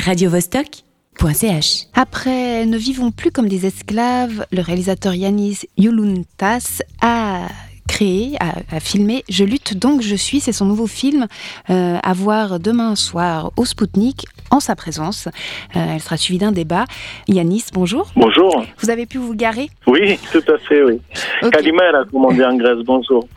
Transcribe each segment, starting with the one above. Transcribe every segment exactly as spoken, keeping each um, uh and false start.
radio vostok point c h. Après Ne vivons plus comme des esclaves, le réalisateur Yannis Yoluntas a créé, a, a filmé Je lutte donc je suis. C'est son nouveau film euh, à voir demain soir au Spoutnik en sa présence. Euh, elle sera suivie d'un débat. Yannis, bonjour. Bonjour. Vous avez pu vous garer ? Oui, tout à fait, oui. Okay. Kalimera, comme on dit en Grèce, bonjour.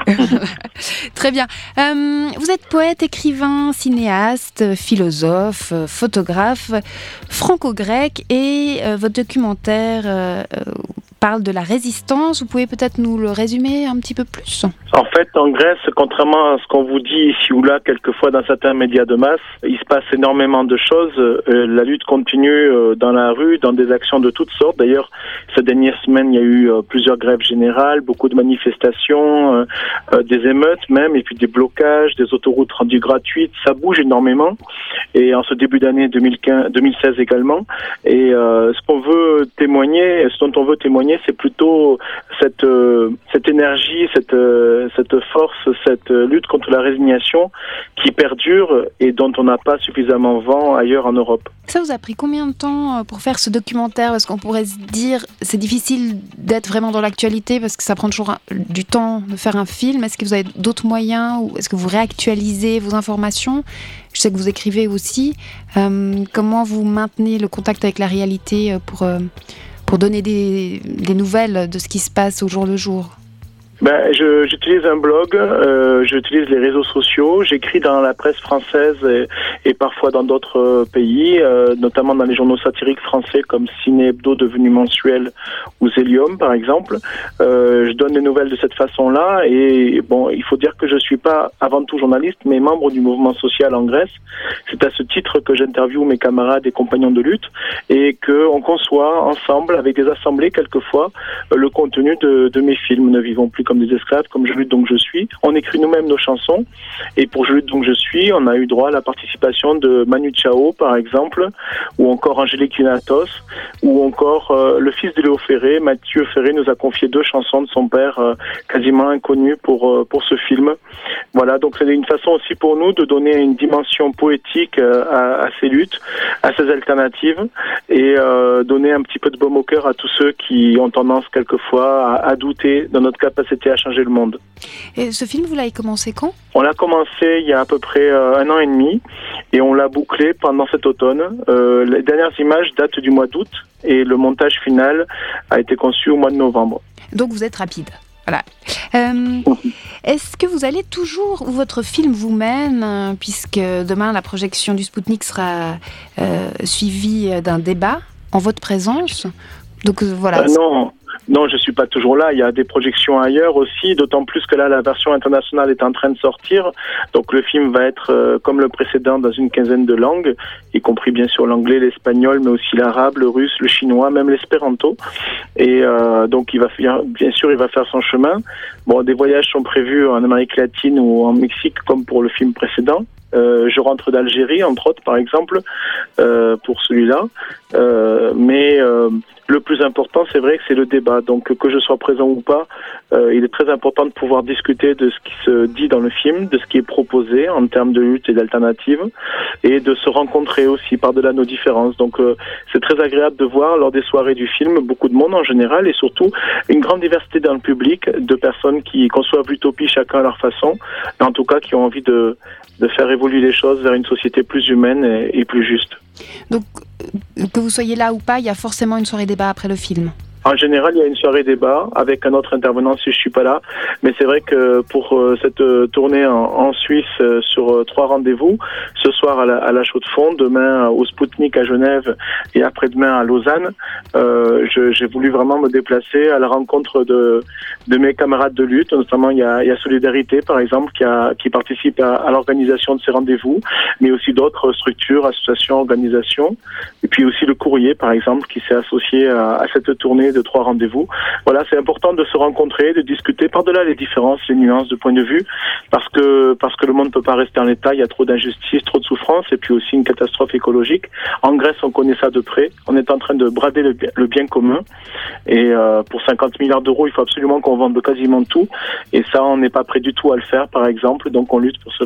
Très bien. Euh, vous êtes poète, écrivain, cinéaste, philosophe, photographe, franco-grec et euh, votre documentaire euh, parle de la résistance. Vous pouvez peut-être nous le résumer un petit peu plus ? En fait, en Grèce, contrairement à ce qu'on vous dit ici ou là, quelquefois dans certains médias de masse, il se passe énormément de choses. Euh, la lutte continue euh, dans la rue, dans des actions de toutes sortes. D'ailleurs, ces dernières semaines, il y a eu euh, plusieurs grèves générales, beaucoup de manifestations, euh, euh, des émeutes même, et puis des blocages, des autoroutes rendues gratuites. Ça bouge énormément. Et en ce début d'année deux mille quinze, deux mille seize également. Et euh, ce qu'on veut témoigner, ce dont on veut témoigner, c'est plutôt cette euh, cette énergie, cette euh, cette force, cette lutte contre la résignation qui perdure et dont on n'a pas suffisamment vent ailleurs en Europe. Ça vous a pris combien de temps pour faire ce documentaire ? Parce qu'on pourrait se dire, c'est difficile d'être vraiment dans l'actualité parce que ça prend toujours un, du temps de faire un film. Est-ce que vous avez d'autres moyens ou est-ce que vous réactualisez vos informations ? Je sais que vous écrivez aussi. Euh, comment vous maintenez le contact avec la réalité pour, euh, pour donner des, des nouvelles de ce qui se passe au jour le jour ? Ben, je, j'utilise un blog, euh, j'utilise les réseaux sociaux, j'écris dans la presse française et, et parfois dans d'autres euh, pays, euh, notamment dans les journaux satiriques français comme Ciné Hebdo devenu mensuel ou Zélium par exemple. Euh, je donne des nouvelles de cette façon-là et bon, il faut dire que je suis pas avant tout journaliste, mais membre du mouvement social en Grèce. C'est à ce titre que j'interviewe mes camarades et compagnons de lutte et qu'on conçoit ensemble avec des assemblées quelquefois le contenu de, de mes films. Ne vivons plus comme des esclaves, comme Je lutte donc je suis. On écrit nous-mêmes nos chansons et pour Je lutte donc je suis, on a eu droit à la participation de Manu Chao par exemple, ou encore Angélique Yunatos, ou encore euh, le fils de Léo Ferré, Mathieu Ferré nous a confié deux chansons de son père euh, quasiment inconnues pour, euh, pour ce film. Voilà, donc c'est une façon aussi pour nous de donner une dimension poétique euh, à, à ces luttes, à ces alternatives et euh, donner un petit peu de baume au cœur à tous ceux qui ont tendance quelquefois à, à douter de notre capacité à changer le monde. Et ce film, vous l'avez commencé quand ? On l'a commencé il y a à peu près euh, un an et demi et on l'a bouclé pendant cet automne. Euh, les dernières images datent du mois d'août et le montage final a été conçu au mois de novembre. Donc vous êtes rapide. Voilà. Euh, est-ce que vous allez toujours où votre film vous mène, puisque demain la projection du Spoutnik sera euh, suivie d'un débat en votre présence ? Donc voilà. Euh, non. Non, je suis pas toujours là. Il y a des projections ailleurs aussi, d'autant plus que là, la version internationale est en train de sortir. Donc le film va être, euh, comme le précédent, dans une quinzaine de langues, y compris bien sûr l'anglais, l'espagnol, mais aussi l'arabe, le russe, le chinois, même l'espéranto. Et euh, donc il va faire, bien sûr, il va faire son chemin. Bon, des voyages sont prévus en Amérique latine ou en Mexique, comme pour le film précédent. Euh, je rentre d'Algérie, entre autres, par exemple, euh, pour celui-là. Euh, mais euh, le plus important, c'est vrai que c'est le débat. Donc, que je sois présent ou pas, euh, il est très important de pouvoir discuter de ce qui se dit dans le film, de ce qui est proposé en termes de lutte et d'alternative, et de se rencontrer aussi par-delà nos différences. Donc, euh, c'est très agréable de voir, lors des soirées du film, beaucoup de monde en général, et surtout une grande diversité dans le public, de personnes qui conçoivent l'utopie chacun à leur façon, et en tout cas qui ont envie de, de faire évoluer les choses vers une société plus humaine et, et plus juste. Donc, que vous soyez là ou pas, il y a forcément une soirée débat après le film. En général, il y a une soirée débat avec un autre intervenant si je suis pas là. Mais c'est vrai que pour euh, cette euh, tournée en, en Suisse euh, sur euh, trois rendez-vous, ce soir à la, à la Chaux-de-Fonds, demain euh, au Spoutnik à Genève et après-demain à Lausanne, euh, je, j'ai voulu vraiment me déplacer à la rencontre de, de mes camarades de lutte. Notamment, il y a, il y a Solidarité, par exemple, qui, a, qui participe à, à l'organisation de ces rendez-vous, mais aussi d'autres structures, associations, organisations. Et puis aussi le Courrier, par exemple, qui s'est associé à, à cette tournée de trois rendez-vous. Voilà, c'est important de se rencontrer, de discuter par-delà les différences, les nuances de point de vue, parce que parce que le monde ne peut pas rester en état, il y a trop d'injustice, trop de souffrance, et puis aussi une catastrophe écologique. En Grèce, on connaît ça de près. On est en train de brader le, le bien commun, et euh, pour cinquante milliards d'euros, il faut absolument qu'on vende quasiment tout, et ça, on n'est pas prêt du tout à le faire, par exemple, donc on lutte pour cela.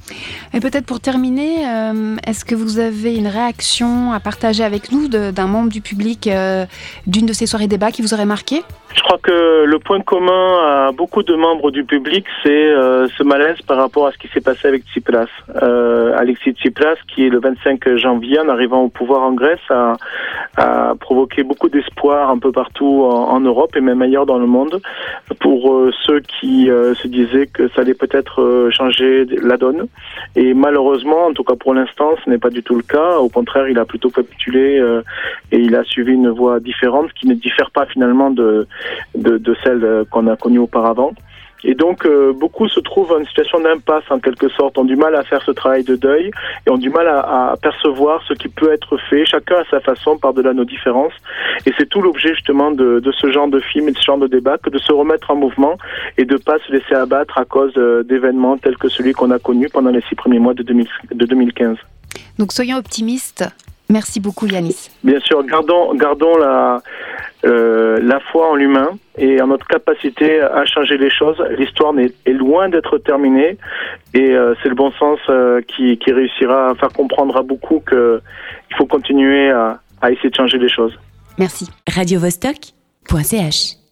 Et peut-être pour terminer, euh, est-ce que vous avez une réaction à partager avec nous de, d'un membre du public euh, d'une de ces soirées débats qui vous aurait marqué ? Je crois que le point commun à beaucoup de membres du public, c'est euh, ce malaise par rapport à ce qui s'est passé avec Tsipras. Euh, Alexis Tsipras, qui est le vingt-cinq janvier, en arrivant au pouvoir en Grèce, a, a provoqué beaucoup d'espoir un peu partout en, en Europe et même ailleurs dans le monde pour euh, ceux qui euh, se disaient que ça allait peut-être euh, changer la donne. Et malheureusement, en tout cas pour l'instant, ce n'est pas du tout le cas. Au contraire, il a plutôt capitulé euh, et il a suivi une voie différente qui ne diffère pas finalement de De, de celles qu'on a connues auparavant. Et donc, euh, beaucoup se trouvent en situation d'impasse, en quelque sorte, ont du mal à faire ce travail de deuil et ont du mal à, à percevoir ce qui peut être fait, chacun à sa façon, par-delà nos différences. Et c'est tout l'objet, justement, de, de ce genre de film et de ce genre de débat, que de se remettre en mouvement et de ne pas se laisser abattre à cause euh, d'événements tels que celui qu'on a connu pendant les six premiers mois de, deux mille, de deux mille quinze. Donc, soyons optimistes. Merci beaucoup, Yanis. Bien sûr, gardons, gardons la, euh, la foi en l'humain et en notre capacité à changer les choses. L'histoire est, est loin d'être terminée et euh, c'est le bon sens euh, qui, qui réussira à faire comprendre à beaucoup qu'il faut continuer à, à essayer de changer les choses. Merci. radio vostok point c h